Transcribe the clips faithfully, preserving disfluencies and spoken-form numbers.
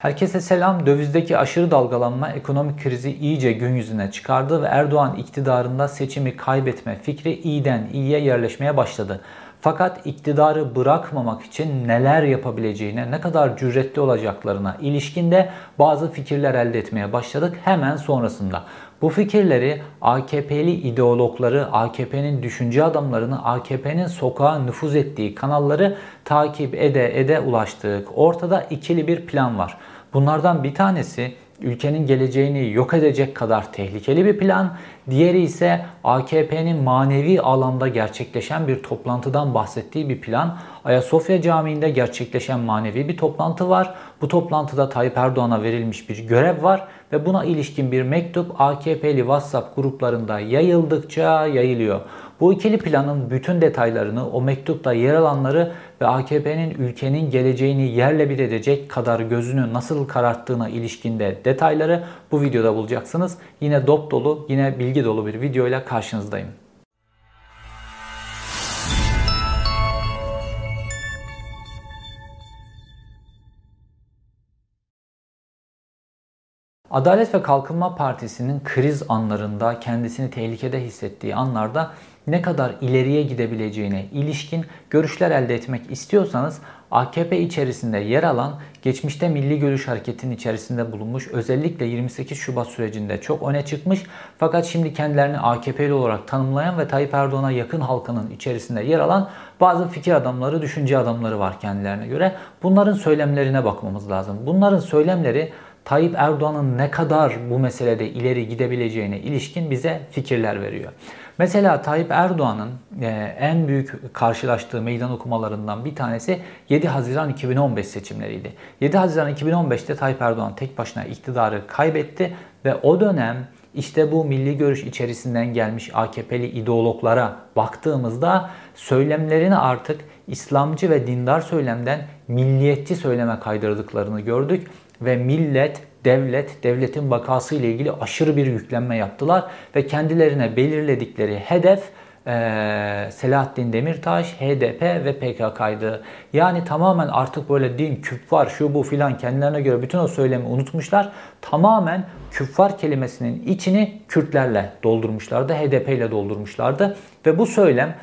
Herkese selam. Dövizdeki aşırı dalgalanma ekonomik krizi iyice gün yüzüne çıkardı ve Erdoğan iktidarında seçimi kaybetme fikri iyiden iyiye yerleşmeye başladı. Fakat iktidarı bırakmamak için neler yapabileceğine, ne kadar cüretli olacaklarına ilişkinde bazı fikirler elde etmeye başladık hemen sonrasında. Bu fikirleri A K P'li ideologları, A K P'nin düşünce adamlarını, A K P'nin sokağa nüfuz ettiği kanalları takip ede ede ulaştık. Ortada ikili bir plan var. Bunlardan bir tanesi ülkenin geleceğini yok edecek kadar tehlikeli bir plan. Diğeri ise A K P'nin manevi alanda gerçekleşen bir toplantıdan bahsettiği bir plan. Ayasofya Camii'nde gerçekleşen manevi bir toplantı var. Bu toplantıda Tayyip Erdoğan'a verilmiş bir görev var ve buna ilişkin bir mektup A K P'li WhatsApp gruplarında yayıldıkça yayılıyor. Bu ikili planın bütün detaylarını, o mektupta yer alanları ve A K P'nin ülkenin geleceğini yerle bir edecek kadar gözünü nasıl kararttığına ilişkinde detayları bu videoda bulacaksınız. Yine dop dolu, yine bilgi dolu bir videoyla karşınızdayım. Adalet ve Kalkınma Partisi'nin kriz anlarında, kendisini tehlikede hissettiği anlarda ne kadar ileriye gidebileceğine ilişkin görüşler elde etmek istiyorsanız A K P içerisinde yer alan, geçmişte Milli Görüş Hareketi'nin içerisinde bulunmuş, özellikle yirmi sekiz Şubat sürecinde çok öne çıkmış fakat şimdi kendilerini A K P'li olarak tanımlayan ve Tayyip Erdoğan'a yakın halkının içerisinde yer alan bazı fikir adamları, düşünce adamları var kendilerine göre. Bunların söylemlerine bakmamız lazım. Bunların söylemleri Tayyip Erdoğan'ın ne kadar bu meselede ileri gidebileceğine ilişkin bize fikirler veriyor. Mesela Tayyip Erdoğan'ın en büyük karşılaştığı meydan okumalarından bir tanesi yedi Haziran iki bin on beş seçimleriydi. yedi Haziran iki bin on beşte Tayyip Erdoğan tek başına iktidarı kaybetti ve o dönem işte bu milli görüş içerisinden gelmiş A K P'li ideologlara baktığımızda söylemlerini artık İslamcı ve dindar söylemden milliyetçi söyleme kaydırdıklarını gördük. Ve millet, devlet, devletin vakası ile ilgili aşırı bir yüklenme yaptılar. Ve kendilerine belirledikleri hedef e, Selahattin Demirtaş, H D P ve P K K'ydı. Yani tamamen artık böyle din, küffar, şu bu filan kendilerine göre bütün o söylemi unutmuşlar. Tamamen küffar kelimesinin içini Kürtlerle doldurmuşlardı, H D P ile doldurmuşlardı. Ve bu söylem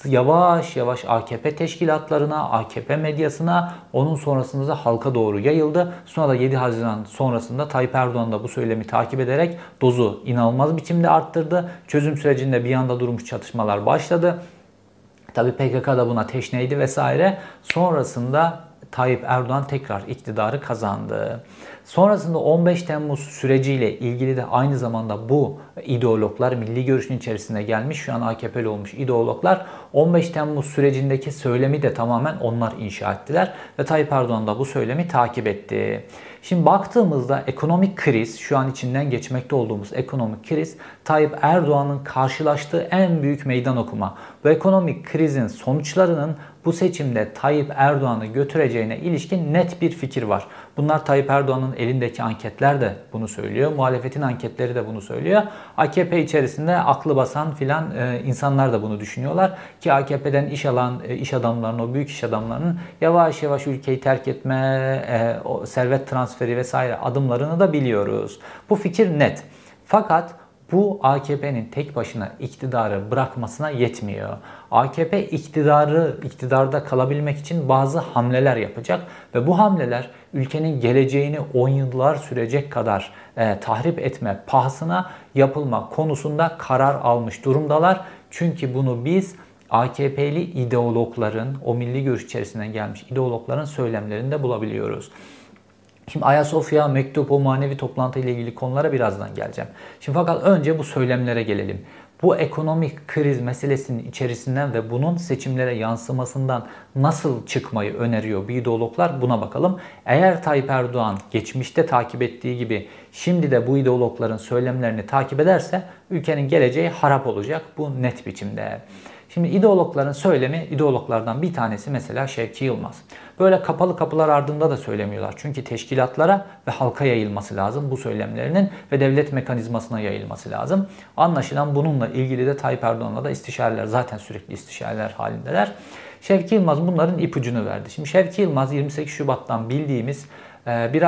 yavaş yavaş A K P teşkilatlarına, A K P medyasına, onun sonrasında da halka doğru yayıldı. Sonra da yedi Haziran sonrasında Tayyip Erdoğan da bu söylemi takip ederek dozu inanılmaz biçimde arttırdı. Çözüm sürecinde bir anda durmuş çatışmalar başladı. Tabii P K K da buna teşneydi vesaire. Sonrasında Tayyip Erdoğan tekrar iktidarı kazandı. Sonrasında on beş Temmuz süreciyle ilgili de aynı zamanda bu ideologlar, milli görüşün içerisine gelmiş, şu an A K P'li olmuş ideologlar on beş Temmuz sürecindeki söylemi de tamamen onlar inşa ettiler ve Tayyip Erdoğan da bu söylemi takip etti. Şimdi baktığımızda ekonomik kriz, şu an içinden geçmekte olduğumuz ekonomik kriz, Tayyip Erdoğan'ın karşılaştığı en büyük meydan okuma. Bu ekonomik krizin sonuçlarının bu seçimde Tayyip Erdoğan'ı götüreceğine ilişkin net bir fikir var. Bunlar Tayyip Erdoğan'ın elindeki anketler de bunu söylüyor. Muhalefetin anketleri de bunu söylüyor. A K P içerisinde aklı basan filan e, insanlar da bunu düşünüyorlar. Ki A K P'den iş alan e, iş adamlarının, o büyük iş adamlarının yavaş yavaş ülkeyi terk etme, e, o servet transferi vesaire adımlarını da biliyoruz. Bu fikir net. Fakat bu A K P'nin tek başına iktidarı bırakmasına yetmiyor. A K P iktidarı iktidarda kalabilmek için bazı hamleler yapacak ve bu hamleler ülkenin geleceğini on yıllar sürecek kadar e, tahrip etme pahasına yapılma konusunda karar almış durumdalar. Çünkü bunu biz A K P'li ideologların, o milli görüş içerisinden gelmiş ideologların söylemlerinde bulabiliyoruz. Şimdi Ayasofya, mektup, o manevi toplantı ile ilgili konulara birazdan geleceğim. Şimdi fakat önce bu söylemlere gelelim. Bu ekonomik kriz meselesinin içerisinden ve bunun seçimlere yansımasından nasıl çıkmayı öneriyor bu ideologlar, buna bakalım. Eğer Tayyip Erdoğan geçmişte takip ettiği gibi şimdi de bu ideologların söylemlerini takip ederse ülkenin geleceği harap olacak. Bu net biçimde. Şimdi ideologların söylemi, ideologlardan bir tanesi mesela Şevki Yılmaz. Böyle kapalı kapılar ardında da söylemiyorlar. Çünkü teşkilatlara ve halka yayılması lazım bu söylemlerinin ve devlet mekanizmasına yayılması lazım. Anlaşılan bununla ilgili de Tayyip Erdoğan'la da istişareler, zaten sürekli istişareler halindeler. Şevki Yılmaz bunların ipucunu verdi. Şimdi Şevki Yılmaz yirmi sekiz Şubat'tan bildiğimiz biraz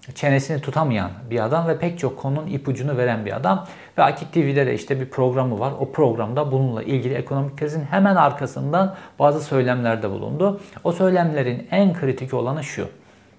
çenesini tutamayan bir adam ve pek çok konunun ipucunu veren bir adam. Ve Akit T V'de de işte bir programı var. O programda bununla ilgili ekonomik krizin hemen arkasından bazı söylemlerde bulundu. O söylemlerin en kritik olanı şu.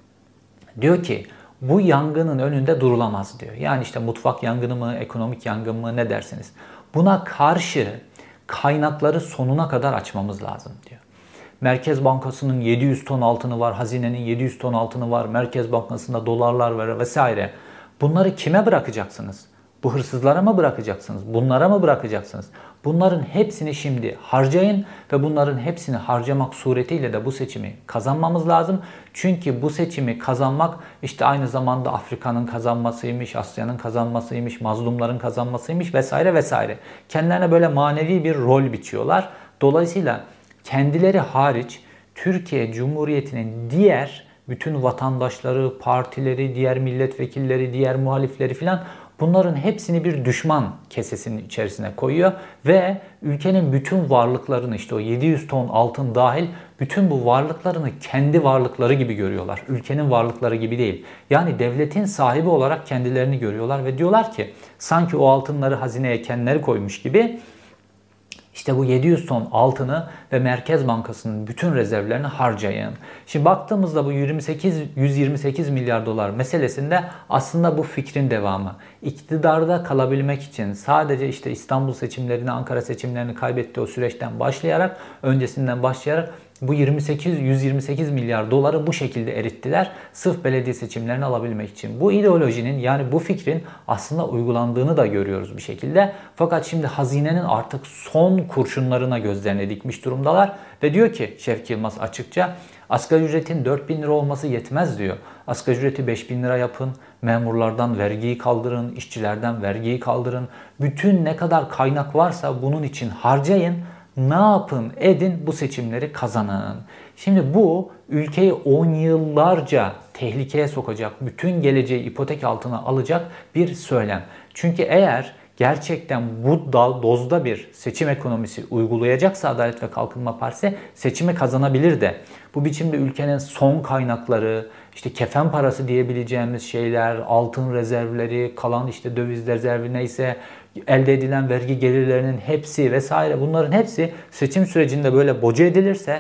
Diyor ki bu yangının önünde durulamaz diyor. Yani işte mutfak yangını mı, ekonomik yangın mı ne dersiniz. Buna karşı kaynakları sonuna kadar açmamız lazım diyor. Merkez Bankası'nın yedi yüz ton altını var, hazinenin yedi yüz ton altını var, Merkez Bankası'nda dolarlar var vesaire. Bunları kime bırakacaksınız? Bu hırsızlara mı bırakacaksınız? Bunlara mı bırakacaksınız? Bunların hepsini şimdi harcayın ve bunların hepsini harcamak suretiyle de bu seçimi kazanmamız lazım. Çünkü bu seçimi kazanmak işte aynı zamanda Afrika'nın kazanmasıymış, Asya'nın kazanmasıymış, mazlumların kazanmasıymış vesaire vesaire. Kendilerine böyle manevi bir rol biçiyorlar. Dolayısıyla kendileri hariç Türkiye Cumhuriyeti'nin diğer bütün vatandaşları, partileri, diğer milletvekilleri, diğer muhalifleri filan bunların hepsini bir düşman kesesinin içerisine koyuyor ve ülkenin bütün varlıklarını işte o yedi yüz ton altın dahil bütün bu varlıklarını kendi varlıkları gibi görüyorlar. Ülkenin varlıkları gibi değil. Yani devletin sahibi olarak kendilerini görüyorlar ve diyorlar ki sanki o altınları hazineye kendileri koymuş gibi İşte bu yedi yüz ton altını ve Merkez Bankası'nın bütün rezervlerini harcayın. Şimdi baktığımızda bu yirmi sekiz, yüz yirmi sekiz milyar dolar meselesinde aslında bu fikrin devamı. İktidarda kalabilmek için sadece işte İstanbul seçimlerini, Ankara seçimlerini kaybettiği o süreçten başlayarak, öncesinden başlayarak bu yirmi sekiz, yüz yirmi sekiz milyar doları bu şekilde erittiler. Sırf belediye seçimlerini alabilmek için. Bu ideolojinin yani bu fikrin aslında uygulandığını da görüyoruz bir şekilde. Fakat şimdi hazinenin artık son kurşunlarına gözlerini dikmiş durumdalar. Ve diyor ki Şevki Yılmaz açıkça asgari ücretin dört bin lira olması yetmez diyor. Asgari ücreti beş bin lira yapın, memurlardan vergiyi kaldırın, işçilerden vergiyi kaldırın. Bütün ne kadar kaynak varsa bunun için harcayın. Ne yapın edin bu seçimleri kazanın. Şimdi bu ülkeyi on yıllarca tehlikeye sokacak, bütün geleceği ipotek altına alacak bir söylem. Çünkü eğer gerçekten bu dozda bir seçim ekonomisi uygulayacaksa Adalet ve Kalkınma Partisi seçimi kazanabilir de. Bu biçimde ülkenin son kaynakları, işte kefen parası diyebileceğimiz şeyler, altın rezervleri, kalan işte döviz rezervi neyse, elde edilen vergi gelirlerinin hepsi vesaire bunların hepsi seçim sürecinde böyle boca edilirse,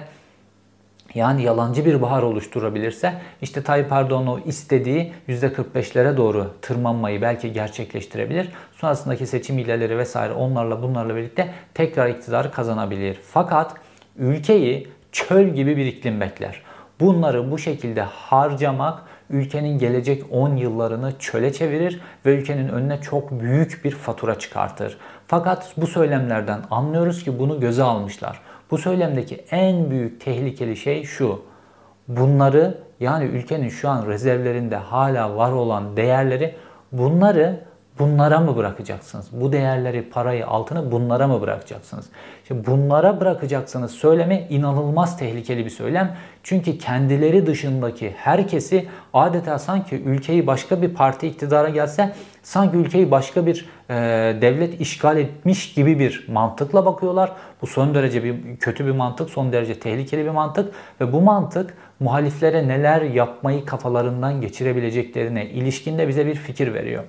yani yalancı bir bahar oluşturabilirse işte Tayyip Erdoğan o istediği yüzde kırk beşlere doğru tırmanmayı belki gerçekleştirebilir. Sonrasındaki seçim hileleri vesaire onlarla bunlarla birlikte tekrar iktidarı kazanabilir. Fakat ülkeyi çöl gibi bir iklim bekler. Bunları bu şekilde harcamak ülkenin gelecek on yıllarını çöle çevirir ve ülkenin önüne çok büyük bir fatura çıkartır. Fakat bu söylemlerden anlıyoruz ki bunu göze almışlar. Bu söylemdeki en büyük tehlikeli şey şu. Bunları yani ülkenin şu an rezervlerinde hala var olan değerleri bunları bunlara mı bırakacaksınız? Bu değerleri, parayı, altını bunlara mı bırakacaksınız? Şimdi bunlara bırakacaksınız söylemi inanılmaz tehlikeli bir söylem. Çünkü kendileri dışındaki herkesi adeta sanki ülkeyi başka bir parti iktidara gelse sanki ülkeyi başka bir e, devlet işgal etmiş gibi bir mantıkla bakıyorlar. Bu son derece bir kötü bir mantık, son derece tehlikeli bir mantık ve bu mantık muhaliflere neler yapmayı kafalarından geçirebileceklerine ilişkinde bize bir fikir veriyor.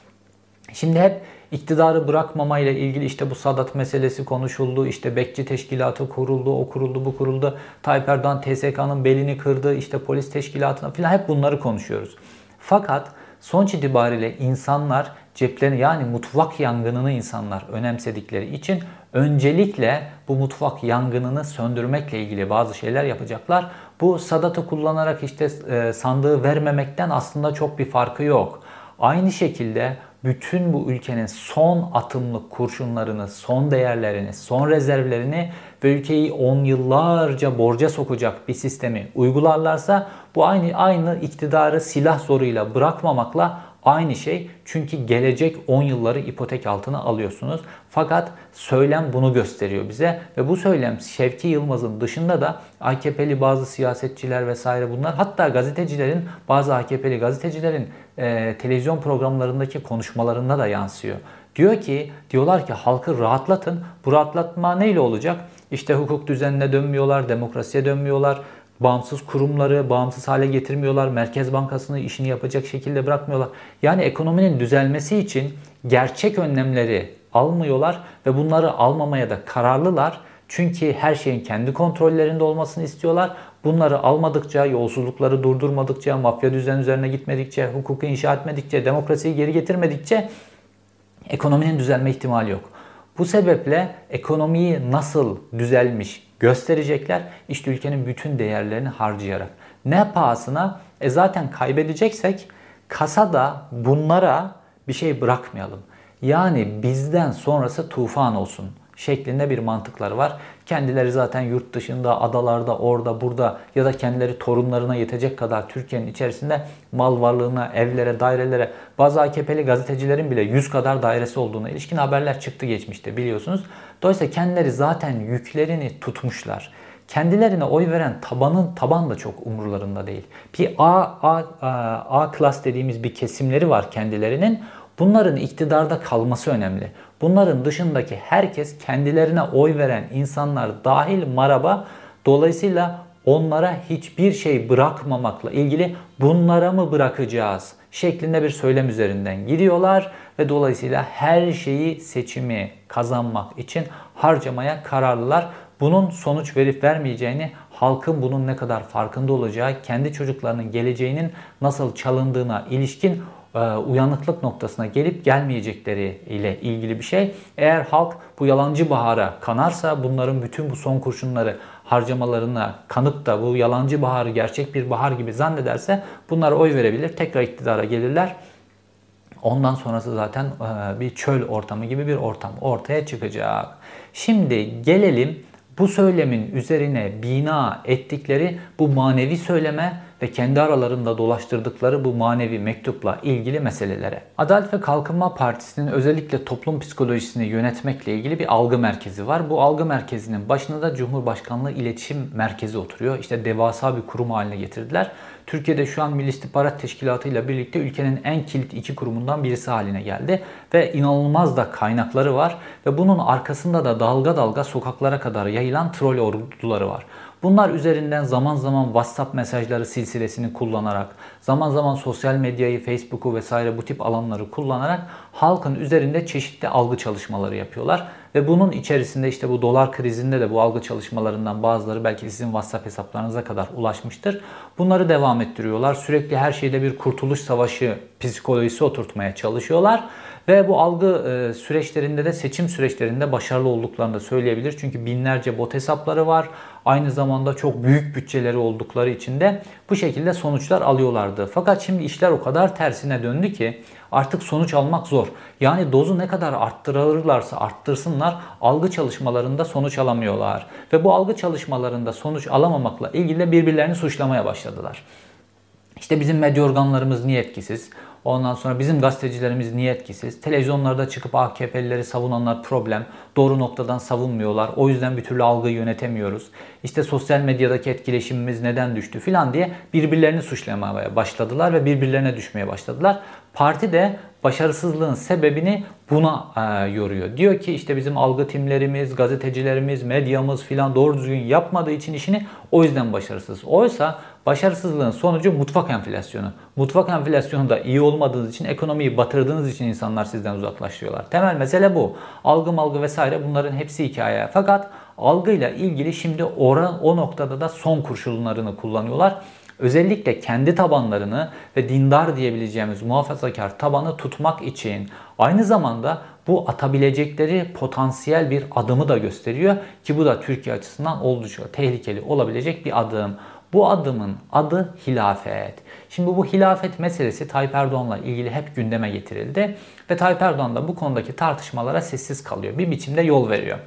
Şimdi hep iktidarı bırakmamayla ilgili işte bu Sadat meselesi konuşuldu, işte bekçi teşkilatı kuruldu, o kuruldu, bu kuruldu. Tayyip Erdoğan T S K'nın belini kırdı, işte polis teşkilatına falan hep bunları konuşuyoruz. Fakat sonuç itibariyle insanlar ceplerini yani mutfak yangınını insanlar önemsedikleri için öncelikle bu mutfak yangınını söndürmekle ilgili bazı şeyler yapacaklar. Bu Sadat'ı kullanarak işte sandığı vermemekten aslında çok bir farkı yok. Aynı şekilde bütün bu ülkenin son atımlık kurşunlarını, son değerlerini, son rezervlerini ve ülkeyi on yıllarca borca sokacak bir sistemi uygularlarsa bu aynı aynı iktidarı silah zoruyla bırakmamakla aynı şey. Çünkü gelecek on yılları ipotek altına alıyorsunuz. Fakat söylem bunu gösteriyor bize ve bu söylem Şevki Yılmaz'ın dışında da A K P'li bazı siyasetçiler vesaire bunlar, hatta gazetecilerin, bazı A K P'li gazetecilerin e, televizyon programlarındaki konuşmalarında da yansıyor. Diyor ki, diyorlar ki halkı rahatlatın. Bu rahatlatma neyle olacak? İşte hukuk düzenine dönmüyorlar, demokrasiye dönmüyorlar. Bağımsız kurumları bağımsız hale getirmiyorlar. Merkez Bankası'nı işini yapacak şekilde bırakmıyorlar. Yani ekonominin düzelmesi için gerçek önlemleri almıyorlar ve bunları almamaya da kararlılar. Çünkü her şeyin kendi kontrollerinde olmasını istiyorlar. Bunları almadıkça, yolsuzlukları durdurmadıkça, mafya düzen üzerine gitmedikçe, hukuku inşa etmedikçe, demokrasiyi geri getirmedikçe ekonominin düzelme ihtimali yok. Bu sebeple ekonomiyi nasıl düzelmiş gösterecekler. İşte ülkenin bütün değerlerini harcayarak. Ne pahasına? E zaten kaybedeceksek kasada bunlara bir şey bırakmayalım. Yani bizden sonrası tufan olsun şeklinde bir mantıkları var. Kendileri zaten yurt dışında, adalarda, orada, burada ya da kendileri torunlarına yetecek kadar Türkiye'nin içerisinde mal varlığına, evlere, dairelere, bazı A K P'li gazetecilerin bile yüz kadar dairesi olduğuna ilişkin haberler çıktı geçmişte biliyorsunuz. Dolayısıyla kendileri zaten yüklerini tutmuşlar. Kendilerine oy veren tabanın taban da çok umurlarında değil. Bir A, A, A, A klas dediğimiz bir kesimleri var kendilerinin. Bunların iktidarda kalması önemli. Bunların dışındaki herkes kendilerine oy veren insanlar dahil maraba. Dolayısıyla onlara hiçbir şey bırakmamakla ilgili bunlara mı bırakacağız şeklinde bir söylem üzerinden gidiyorlar. Ve dolayısıyla her şeyi seçimi kazanmak için harcamaya kararlılar. Bunun sonuç verip vermeyeceğini, halkın bunun ne kadar farkında olacağı, kendi çocuklarının geleceğinin nasıl çalındığına ilişkin uyanıklık noktasına gelip gelmeyecekleri ile ilgili bir şey. Eğer halk bu yalancı bahara kanarsa, bunların bütün bu son kurşunları harcamalarına kanıp da bu yalancı baharı gerçek bir bahar gibi zannederse bunlara oy verebilir, tekrar iktidara gelirler. Ondan sonrası zaten bir çöl ortamı gibi bir ortam ortaya çıkacak. Şimdi gelelim bu söylemin üzerine bina ettikleri bu manevi söyleme ve kendi aralarında dolaştırdıkları bu manevi mektupla ilgili meselelere. Adalet ve Kalkınma Partisi'nin özellikle toplum psikolojisini yönetmekle ilgili bir algı merkezi var. Bu algı merkezinin başında da Cumhurbaşkanlığı İletişim Merkezi oturuyor. İşte devasa bir kurum haline getirdiler. Türkiye'de şu an Milli İstihbarat Teşkilatı ile birlikte ülkenin en kilit iki kurumundan birisi haline geldi. Ve inanılmaz da kaynakları var. Ve bunun arkasında da dalga dalga sokaklara kadar yayılan troll orduları var. Bunlar üzerinden zaman zaman WhatsApp mesajları silsilesini kullanarak, zaman zaman sosyal medyayı, Facebook'u vesaire bu tip alanları kullanarak halkın üzerinde çeşitli algı çalışmaları yapıyorlar. Ve bunun içerisinde işte bu dolar krizinde de bu algı çalışmalarından bazıları belki sizin WhatsApp hesaplarınıza kadar ulaşmıştır. Bunları devam ettiriyorlar. Sürekli her şeyde bir kurtuluş savaşı psikolojisi oturtmaya çalışıyorlar. Ve bu algı e, süreçlerinde de seçim süreçlerinde başarılı olduklarını da söyleyebilir. Çünkü binlerce bot hesapları var. Aynı zamanda çok büyük bütçeleri oldukları için de bu şekilde sonuçlar alıyorlardı. Fakat şimdi işler o kadar tersine döndü ki artık sonuç almak zor. Yani dozu ne kadar arttırırlarsa arttırsınlar algı çalışmalarında sonuç alamıyorlar. Ve bu algı çalışmalarında sonuç alamamakla ilgili de birbirlerini suçlamaya başladılar. İşte bizim medya organlarımız niye etkisiz? Ondan sonra bizim gazetecilerimiz niye etkisiz? Televizyonlarda çıkıp A K P'lileri savunanlar problem. Doğru noktadan savunmuyorlar. O yüzden bir türlü algıyı yönetemiyoruz. İşte sosyal medyadaki etkileşimimiz neden düştü filan diye birbirlerini suçlamaya başladılar ve birbirlerine düşmeye başladılar. Parti de başarısızlığın sebebini buna e, yoruyor. Diyor ki işte bizim algı timlerimiz, gazetecilerimiz, medyamız filan doğru düzgün yapmadığı için işini o yüzden başarısız. Oysa başarısızlığın sonucu mutfak enflasyonu. Mutfak enflasyonu da iyi olmadığınız için, ekonomiyi batırdığınız için insanlar sizden uzaklaşıyorlar. Temel mesele bu. Algı malgı vesaire bunların hepsi hikaye. Fakat algıyla ilgili şimdi oran, o noktada da son kurşunlarını kullanıyorlar. Özellikle kendi tabanlarını ve dindar diyebileceğimiz muhafazakar tabanı tutmak için aynı zamanda bu atabilecekleri potansiyel bir adımı da gösteriyor ki bu da Türkiye açısından oldukça tehlikeli olabilecek bir adım. Bu adımın adı hilafet. Şimdi bu hilafet meselesi Tayyip Erdoğan'la ilgili hep gündeme getirildi ve Tayyip Erdoğan da bu konudaki tartışmalara sessiz kalıyor. Bir biçimde yol veriyor.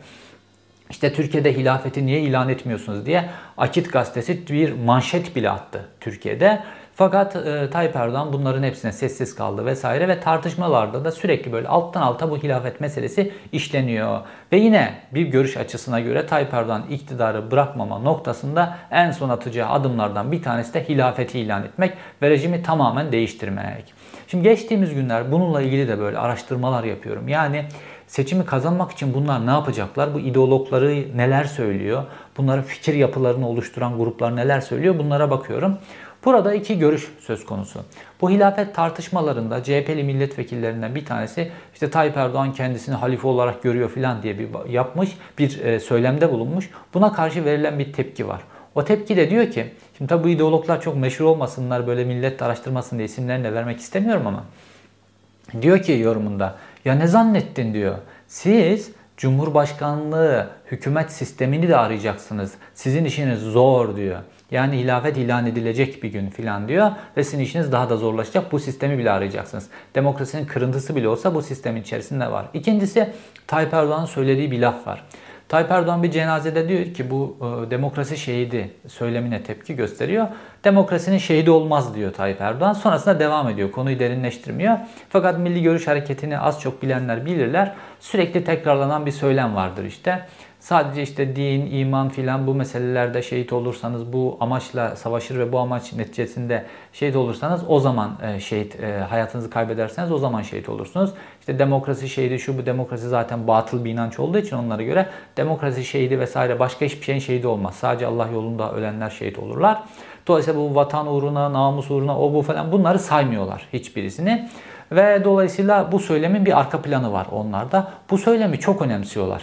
İşte Türkiye'de hilafeti niye ilan etmiyorsunuz diye Akit gazetesi bir manşet bile attı Türkiye'de. Fakat e, Tayyip Erdoğan bunların hepsine sessiz kaldı vesaire ve tartışmalarda da sürekli böyle alttan alta bu hilafet meselesi işleniyor. Ve yine bir görüş açısına göre Tayyip Erdoğan iktidarı bırakmama noktasında en son atacağı adımlardan bir tanesi de hilafeti ilan etmek ve rejimi tamamen değiştirmek. Şimdi geçtiğimiz günler bununla ilgili de böyle araştırmalar yapıyorum. Yani Seçimi kazanmak için bunlar ne yapacaklar? Bu ideologları neler söylüyor? Bunların fikir yapılarını oluşturan gruplar neler söylüyor? Bunlara bakıyorum. Burada iki görüş söz konusu. Bu hilafet tartışmalarında C H P'li milletvekillerinden bir tanesi işte Tayyip Erdoğan kendisini halife olarak görüyor filan diye bir yapmış, bir söylemde bulunmuş. Buna karşı verilen bir tepki var. O tepki de diyor ki, şimdi tabi bu ideologlar çok meşhur olmasınlar, böyle millet araştırmasın diye isimlerini de vermek istemiyorum ama diyor ki yorumunda, ya ne zannettin diyor. Siz Cumhurbaşkanlığı hükümet sistemini de arayacaksınız. Sizin işiniz zor diyor. Yani hilafet ilan edilecek bir gün filan diyor ve sizin işiniz daha da zorlaşacak. Bu sistemi bile arayacaksınız. Demokrasinin kırıntısı bile olsa bu sistemin içerisinde var. İkincisi, Tayyip Erdoğan'ın söylediği bir laf var. Tayyip Erdoğan bir cenazede diyor ki bu e, demokrasi şehidi söylemine tepki gösteriyor. Demokrasinin şehidi olmaz diyor Tayyip Erdoğan. Sonrasında devam ediyor. Konuyu derinleştirmiyor. Fakat Milli Görüş Hareketi'ni az çok bilenler bilirler. Sürekli tekrarlanan bir söylem vardır işte. Sadece işte din, iman filan bu meselelerde şehit olursanız, bu amaçla savaşır ve bu amaç neticesinde şehit olursanız o zaman şehit, hayatınızı kaybederseniz o zaman şehit olursunuz. İşte demokrasi şehidi, şu bu demokrasi zaten batıl bir inanç olduğu için onlara göre demokrasi şehidi vesaire başka hiçbir şeyin şehidi olmaz. Sadece Allah yolunda ölenler şehit olurlar. Dolayısıyla bu vatan uğruna, namus uğruna, o bu falan bunları saymıyorlar hiçbirisini. Ve dolayısıyla bu söylemin bir arka planı var onlarda. Bu söylemi çok önemsiyorlar.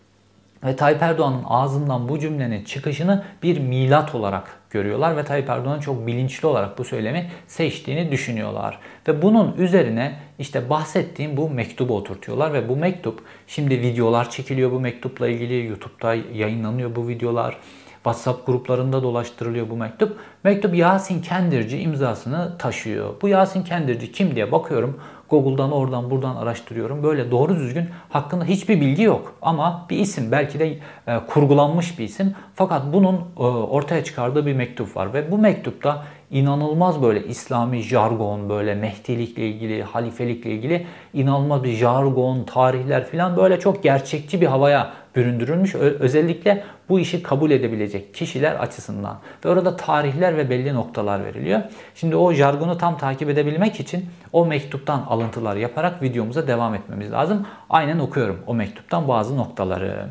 Ve Tayyip Erdoğan'ın ağzından bu cümlenin çıkışını bir milat olarak görüyorlar ve Tayyip Erdoğan'ın çok bilinçli olarak bu söylemi seçtiğini düşünüyorlar. Ve bunun üzerine işte bahsettiğim bu mektubu oturtuyorlar ve bu mektup, şimdi videolar çekiliyor bu mektupla ilgili, YouTube'da yayınlanıyor bu videolar. WhatsApp gruplarında dolaştırılıyor bu mektup. Mektup Yasin Kendirci imzasını taşıyor. Bu Yasin Kendirci kim diye bakıyorum. Google'dan oradan buradan araştırıyorum. Böyle doğru düzgün hakkında hiçbir bilgi yok. Ama bir isim, belki de e, kurgulanmış bir isim. Fakat bunun e, ortaya çıkardığı bir mektup var. Ve bu mektupta inanılmaz böyle İslami jargon, böyle Mehdilikle ilgili, halifelikle ilgili inanılmaz bir jargon, tarihler falan böyle çok gerçekçi bir havaya büründürülmüş. Özellikle bu işi kabul edebilecek kişiler açısından. Ve orada tarihler ve belli noktalar veriliyor. Şimdi o jargonu tam takip edebilmek için o mektuptan alıntılar yaparak videomuza devam etmemiz lazım. Aynen okuyorum o mektuptan bazı noktaları.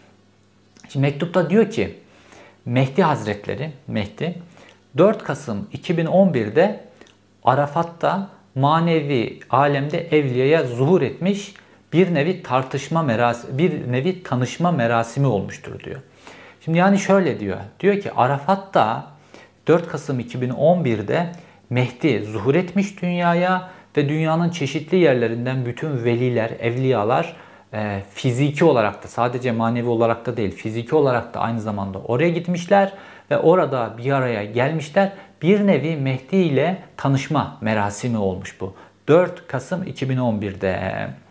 Şimdi mektupta diyor ki, Mehdi Hazretleri, Mehdi dört Kasım iki bin on bir'de Arafat'ta manevi alemde evliyaya zuhur etmiş, bir nevi tartışma merasimi, bir nevi tanışma merasimi olmuştur diyor. Şimdi yani şöyle diyor. Diyor ki Arafat'ta dört Kasım iki bin on bir'de Mehdi zuhur etmiş dünyaya ve dünyanın çeşitli yerlerinden bütün veliler, evliyalar e, fiziki olarak da, sadece manevi olarak da değil, fiziki olarak da aynı zamanda oraya gitmişler ve orada bir araya gelmişler. Bir nevi Mehdi ile tanışma merasimi olmuş bu. dört Kasım iki bin on bir'de.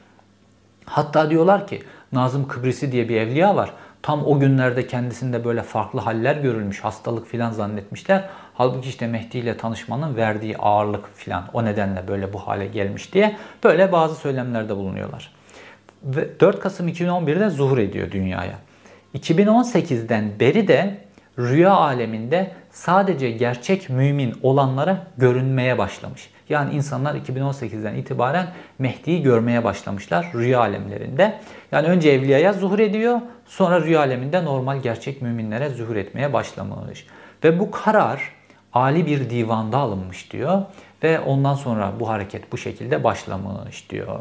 Hatta diyorlar ki Nazım Kıbrisi diye bir evliya var. Tam o günlerde kendisinde böyle farklı haller görülmüş, hastalık filan zannetmişler. Halbuki işte Mehdi ile tanışmanın verdiği ağırlık filan o nedenle böyle bu hale gelmiş diye böyle bazı söylemlerde bulunuyorlar. Ve dört Kasım iki bin on bir'de zuhur ediyor dünyaya. iki bin on sekiz'den beri de rüya aleminde sadece gerçek mümin olanlara görünmeye başlamış. Yani insanlar iki bin on sekiz'den itibaren Mehdi'yi görmeye başlamışlar rüya alemlerinde. Yani önce evliyaya zuhur ediyor, sonra rüya aleminde normal gerçek müminlere zuhur etmeye başlamış. Ve bu karar âli bir divanda alınmış diyor ve ondan sonra bu hareket bu şekilde başlamış diyor.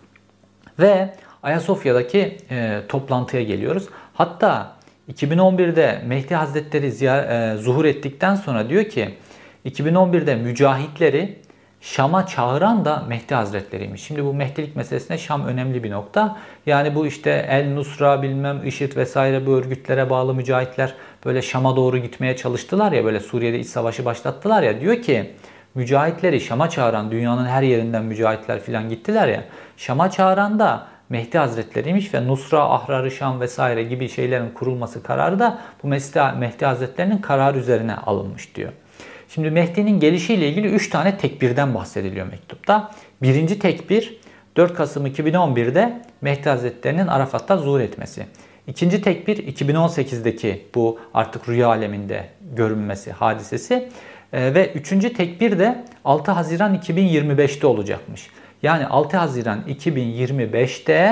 Ve Ayasofya'daki e, toplantıya geliyoruz. Hatta iki bin on bir'de Mehdi Hazretleri ziyar, e, zuhur ettikten sonra diyor ki iki bin on bir'de mücahitleri Şam'a çağıran da Mehdi Hazretleri'ymiş. Şimdi bu Mehdilik meselesinde Şam önemli bir nokta. Yani bu işte El Nusra, bilmem IŞİD vesaire bu örgütlere bağlı mücahitler böyle Şam'a doğru gitmeye çalıştılar ya, böyle Suriye'de iç savaşı başlattılar ya. Diyor ki mücahitleri Şam'a çağıran, dünyanın her yerinden mücahitler filan gittiler ya. Şam'a çağıran da Mehdi Hazretleri'ymiş ve Nusra, Ahrar-ı Şam vesaire gibi şeylerin kurulması kararı da bu Mehdi Hazretleri'nin kararı üzerine alınmış diyor. Şimdi Mehdi'nin gelişiyle ilgili üç tane tekbirden bahsediliyor mektupta. Birinci tekbir dört Kasım iki bin on bir'de Mehdi Hazretleri'nin Arafat'ta zuhur etmesi. İkinci tekbir iki bin on sekiz'deki bu artık rüya aleminde görünmesi hadisesi. Ee, ve üçüncü tekbir de altı Haziran iki bin yirmi beş'te olacakmış. Yani altı Haziran iki bin yirmi beş'te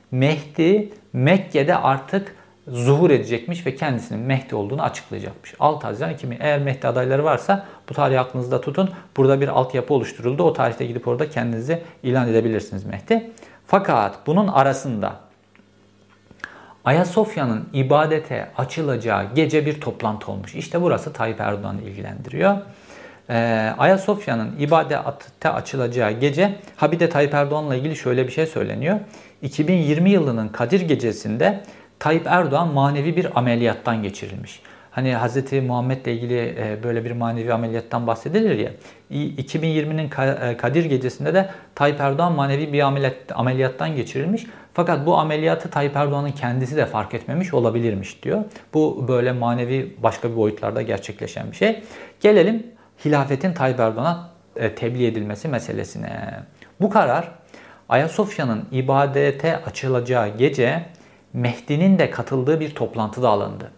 Mehdi Mekke'de artık zuhur edecekmiş ve kendisinin Mehdi olduğunu açıklayacakmış. altı Haziran iki bin. Eğer Mehdi adayları varsa bu tarihi aklınızda tutun. Burada bir altyapı oluşturuldu. O tarihte gidip orada kendinizi ilan edebilirsiniz Mehdi. Fakat bunun arasında Ayasofya'nın ibadete açılacağı gece bir toplantı olmuş. İşte burası Tayyip Erdoğan'ı ilgilendiriyor. Ee, Ayasofya'nın ibadete açılacağı gece, ha bir de Tayyip Erdoğan'la ilgili şöyle bir şey söyleniyor. iki bin yirmi yılının Kadir Gecesi'nde Tayyip Erdoğan manevi bir ameliyattan geçirilmiş. Hani Hz. Muhammed'le ilgili böyle bir manevi ameliyattan bahsedilir ya. iki bin yirminin Kadir Gecesi'nde de Tayyip Erdoğan manevi bir ameliyattan geçirilmiş. Fakat bu ameliyatı Tayyip Erdoğan'ın kendisi de fark etmemiş olabilirmiş diyor. Bu böyle manevi başka bir boyutlarda gerçekleşen bir şey. Gelelim hilafetin Tayyip Erdoğan'a tebliğ edilmesi meselesine. Bu karar Ayasofya'nın ibadete açılacağı gece Mehdi'nin de katıldığı bir toplantıda alındı.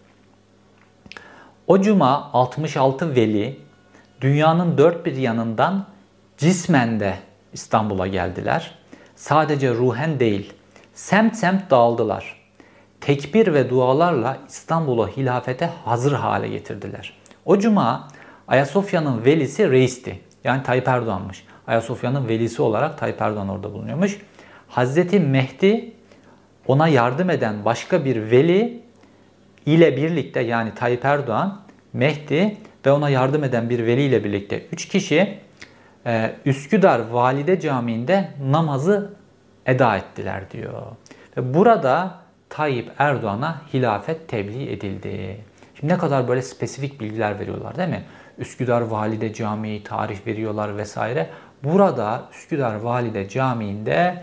O cuma altmış altı veli dünyanın dört bir yanından cismen de İstanbul'a geldiler. Sadece ruhen değil, semt semt dağıldılar. Tekbir ve dualarla İstanbul'u hilafete hazır hale getirdiler. O cuma Ayasofya'nın velisi reisti. Yani Tayyip Erdoğan'mış. Ayasofya'nın velisi olarak Tayyip Erdoğan orada bulunuyormuş. Hazreti Mehdi ona yardım eden başka bir veli ile birlikte, yani Tayyip Erdoğan, Mehdi ve ona yardım eden bir veli ile birlikte üç kişi Üsküdar Valide Camii'nde namazı eda ettiler diyor. Ve burada Tayyip Erdoğan'a hilafet tebliğ edildi. Şimdi ne kadar böyle spesifik bilgiler veriyorlar değil mi? Üsküdar Valide Camii, tarih veriyorlar vesaire. Burada Üsküdar Valide Camii'nde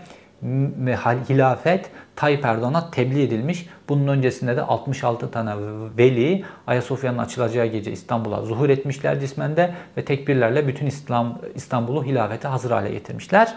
hilafet Tayyip Erdoğan'a tebliğ edilmiş. Bunun öncesinde de altmış altı tane veli Ayasofya'nın açılacağı gece İstanbul'a zuhur etmişler cismende ve tekbirlerle bütün İslam İstanbul'u hilafete hazır hale getirmişler.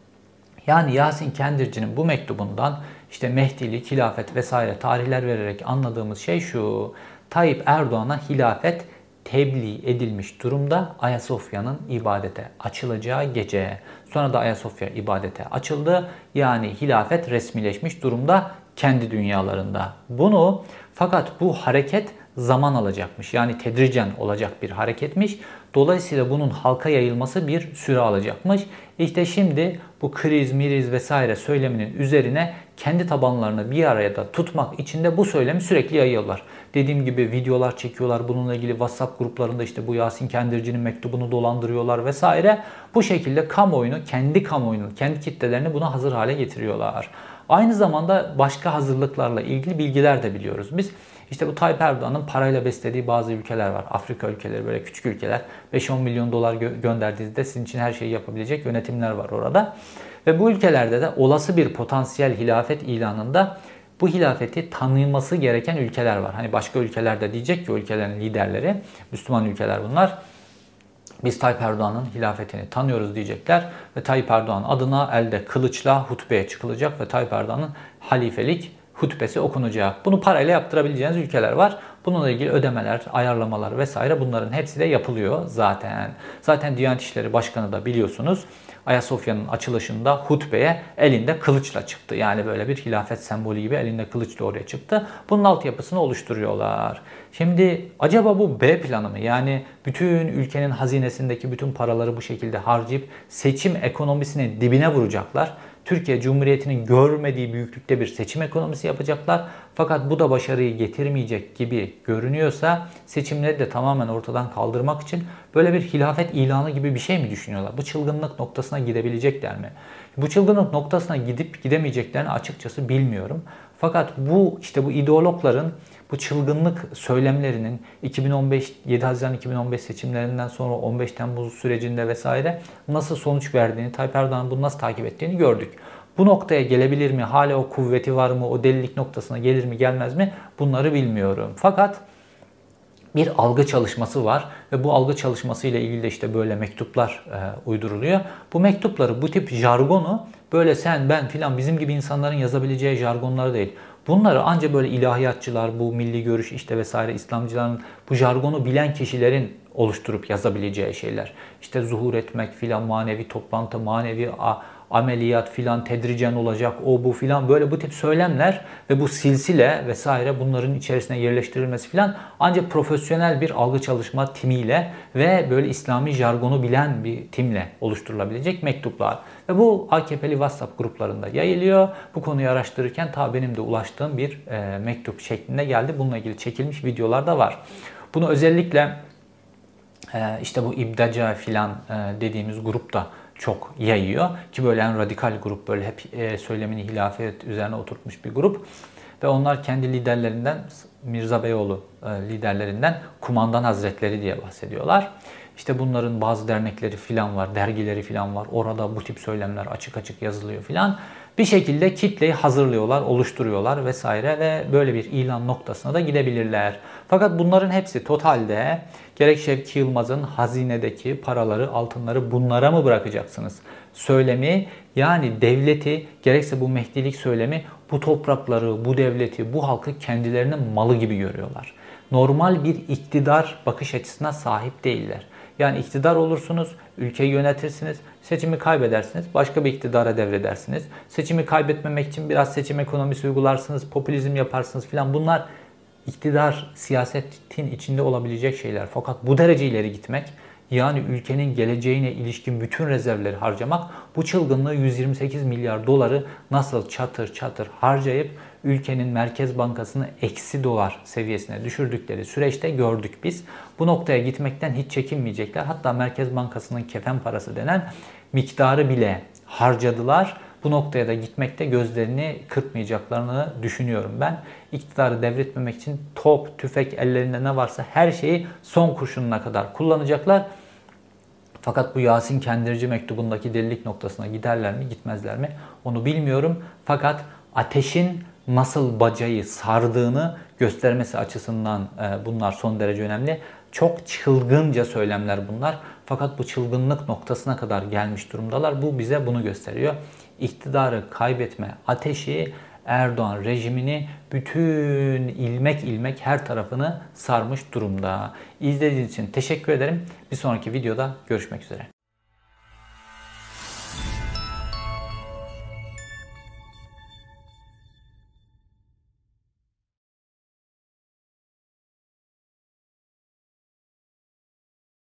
Yani Yasin Kendirci'nin bu mektubundan işte Mehdilik, hilafet vesaire tarihler vererek anladığımız şey şu: Tayyip Erdoğan'a hilafet tebliğ edilmiş durumda Ayasofya'nın ibadete açılacağı gece. Sonra da Ayasofya ibadete açıldı. Yani hilafet resmileşmiş durumda kendi dünyalarında. Bunu fakat bu hareket zaman alacakmış. Yani tedricen olacak bir hareketmiş. Dolayısıyla bunun halka yayılması bir süre alacakmış. İşte şimdi bu kriz, miriz vesaire söyleminin üzerine kendi tabanlarını bir araya da tutmak için de bu söylemi sürekli yayıyorlar. Dediğim gibi videolar çekiyorlar. Bununla ilgili WhatsApp gruplarında işte bu Yasin Kendirci'nin mektubunu dolandırıyorlar vesaire. Bu şekilde kamuoyunu, kendi kamuoyunu, kendi kitlelerini buna hazır hale getiriyorlar. Aynı zamanda başka hazırlıklarla ilgili bilgiler de biliyoruz biz. İşte bu Tayyip Erdoğan'ın parayla beslediği bazı ülkeler var. Afrika ülkeleri, böyle küçük ülkeler. beş on milyon dolar gö- gönderdiğinizde sizin için her şeyi yapabilecek yönetimler var orada. Ve bu ülkelerde de olası bir potansiyel hilafet ilanında bu hilafeti tanınması gereken ülkeler var. Hani başka ülkelerde diyecek ki o ülkelerin liderleri, Müslüman ülkeler bunlar, biz Tayyip Erdoğan'ın hilafetini tanıyoruz diyecekler ve Tayyip Erdoğan adına elde kılıçla hutbeye çıkılacak ve Tayyip Erdoğan'ın halifelik hutbesi okunacak. Bunu parayla yaptırabileceğiniz ülkeler var. Bununla ilgili ödemeler, ayarlamalar vesaire bunların hepsi de yapılıyor zaten. Zaten Diyanet İşleri Başkanı da biliyorsunuz Ayasofya'nın açılışında hutbeye elinde kılıçla çıktı. Yani böyle bir hilafet sembolü gibi elinde kılıçla oraya çıktı. Bunun altyapısını oluşturuyorlar. Şimdi acaba bu B planı mı? Yani bütün ülkenin hazinesindeki bütün paraları bu şekilde harcayıp seçim ekonomisinin dibine vuracaklar. Türkiye Cumhuriyeti'nin görmediği büyüklükte bir seçim ekonomisi yapacaklar. Fakat bu da başarıyı getirmeyecek gibi görünüyorsa seçimleri de tamamen ortadan kaldırmak için böyle bir hilafet ilanı gibi bir şey mi düşünüyorlar? Bu çılgınlık noktasına gidebilecekler mi? Bu çılgınlık noktasına gidip gidemeyeceklerini açıkçası bilmiyorum. Fakat bu işte bu ideologların bu çılgınlık söylemlerinin iki bin on beş yedi Haziran iki bin on beş seçimlerinden sonra on beş Temmuz sürecinde vesaire nasıl sonuç verdiğini, Tayyip Erdoğan'ın bunu nasıl takip ettiğini gördük. Bu noktaya gelebilir mi? Hala o kuvveti var mı? O delilik noktasına gelir mi gelmez mi? Bunları bilmiyorum. Fakat bir algı çalışması var ve bu algı çalışması ile ilgili de işte böyle mektuplar e, uyduruluyor. Bu mektupları, bu tip jargonu böyle sen ben filan bizim gibi insanların yazabileceği jargonları değil. Bunları ancak böyle ilahiyatçılar, bu milli görüş işte vesaire İslamcıların bu jargonu bilen kişilerin oluşturup yazabileceği şeyler. İşte zuhur etmek filan, manevi toplantı, manevi ameliyat filan tedricen olacak, o bu filan, böyle bu tip söylemler ve bu silsile vesaire bunların içerisine yerleştirilmesi filan ancak profesyonel bir algı çalışma timiyle ve böyle İslami jargonu bilen bir timle oluşturulabilecek mektuplar. Ve bu A K P'li WhatsApp gruplarında yayılıyor. Bu konuyu araştırırken ta benim de ulaştığım bir e, mektup şeklinde geldi. Bununla ilgili çekilmiş videolar da var. Bunu özellikle e, işte bu İbdaca filan e, dediğimiz grup da çok yayıyor. Ki böyle en radikal grup, böyle hep e, söylemini hilafet üzerine oturtmuş bir grup. Ve onlar kendi liderlerinden, Mirza Beyoğlu e, liderlerinden Kumandan Hazretleri diye bahsediyorlar. İşte bunların bazı dernekleri filan var, dergileri filan var. Orada bu tip söylemler açık açık yazılıyor filan. Bir şekilde kitleyi hazırlıyorlar, oluşturuyorlar vesaire ve böyle bir ilan noktasına da gidebilirler. Fakat bunların hepsi totalde gerek Şevki Yılmaz'ın hazinedeki paraları, altınları bunlara mı bırakacaksınız söylemi, yani devleti, gerekse bu Mehdilik söylemi, bu toprakları, bu devleti, bu halkı kendilerinin malı gibi görüyorlar. Normal bir iktidar bakış açısına sahip değiller. Yani iktidar olursunuz, ülkeyi yönetirsiniz, seçimi kaybedersiniz, başka bir iktidara devredersiniz. Seçimi kaybetmemek için biraz seçim ekonomisi uygularsınız, popülizm yaparsınız filan. Bunlar iktidar, siyasetin içinde olabilecek şeyler. Fakat bu derece ileri gitmek, yani ülkenin geleceğine ilişkin bütün rezervleri harcamak, bu çılgınlığı yüz yirmi sekiz milyar doları nasıl çatır çatır harcayıp ülkenin Merkez Bankası'nı eksi dolar seviyesine düşürdükleri süreçte gördük biz. Bu noktaya gitmekten hiç çekinmeyecekler. Hatta Merkez Bankası'nın kefen parası denen miktarı bile harcadılar. Bu noktaya da gitmekte gözlerini kırpmayacaklarını düşünüyorum ben. İktidarı devretmemek için top, tüfek, ellerinde ne varsa her şeyi son kurşununa kadar kullanacaklar. Fakat bu Yasin Kendirci mektubundaki delilik noktasına giderler mi, gitmezler mi onu bilmiyorum. Fakat ateşin nasıl bacayı sardığını göstermesi açısından bunlar son derece önemli. Çok çılgınca söylemler bunlar. Fakat bu çılgınlık noktasına kadar gelmiş durumdalar. Bu bize bunu gösteriyor. İktidarı kaybetme ateşi Erdoğan rejimini bütün ilmek ilmek her tarafını sarmış durumda. İzlediğiniz için teşekkür ederim. Bir sonraki videoda görüşmek üzere.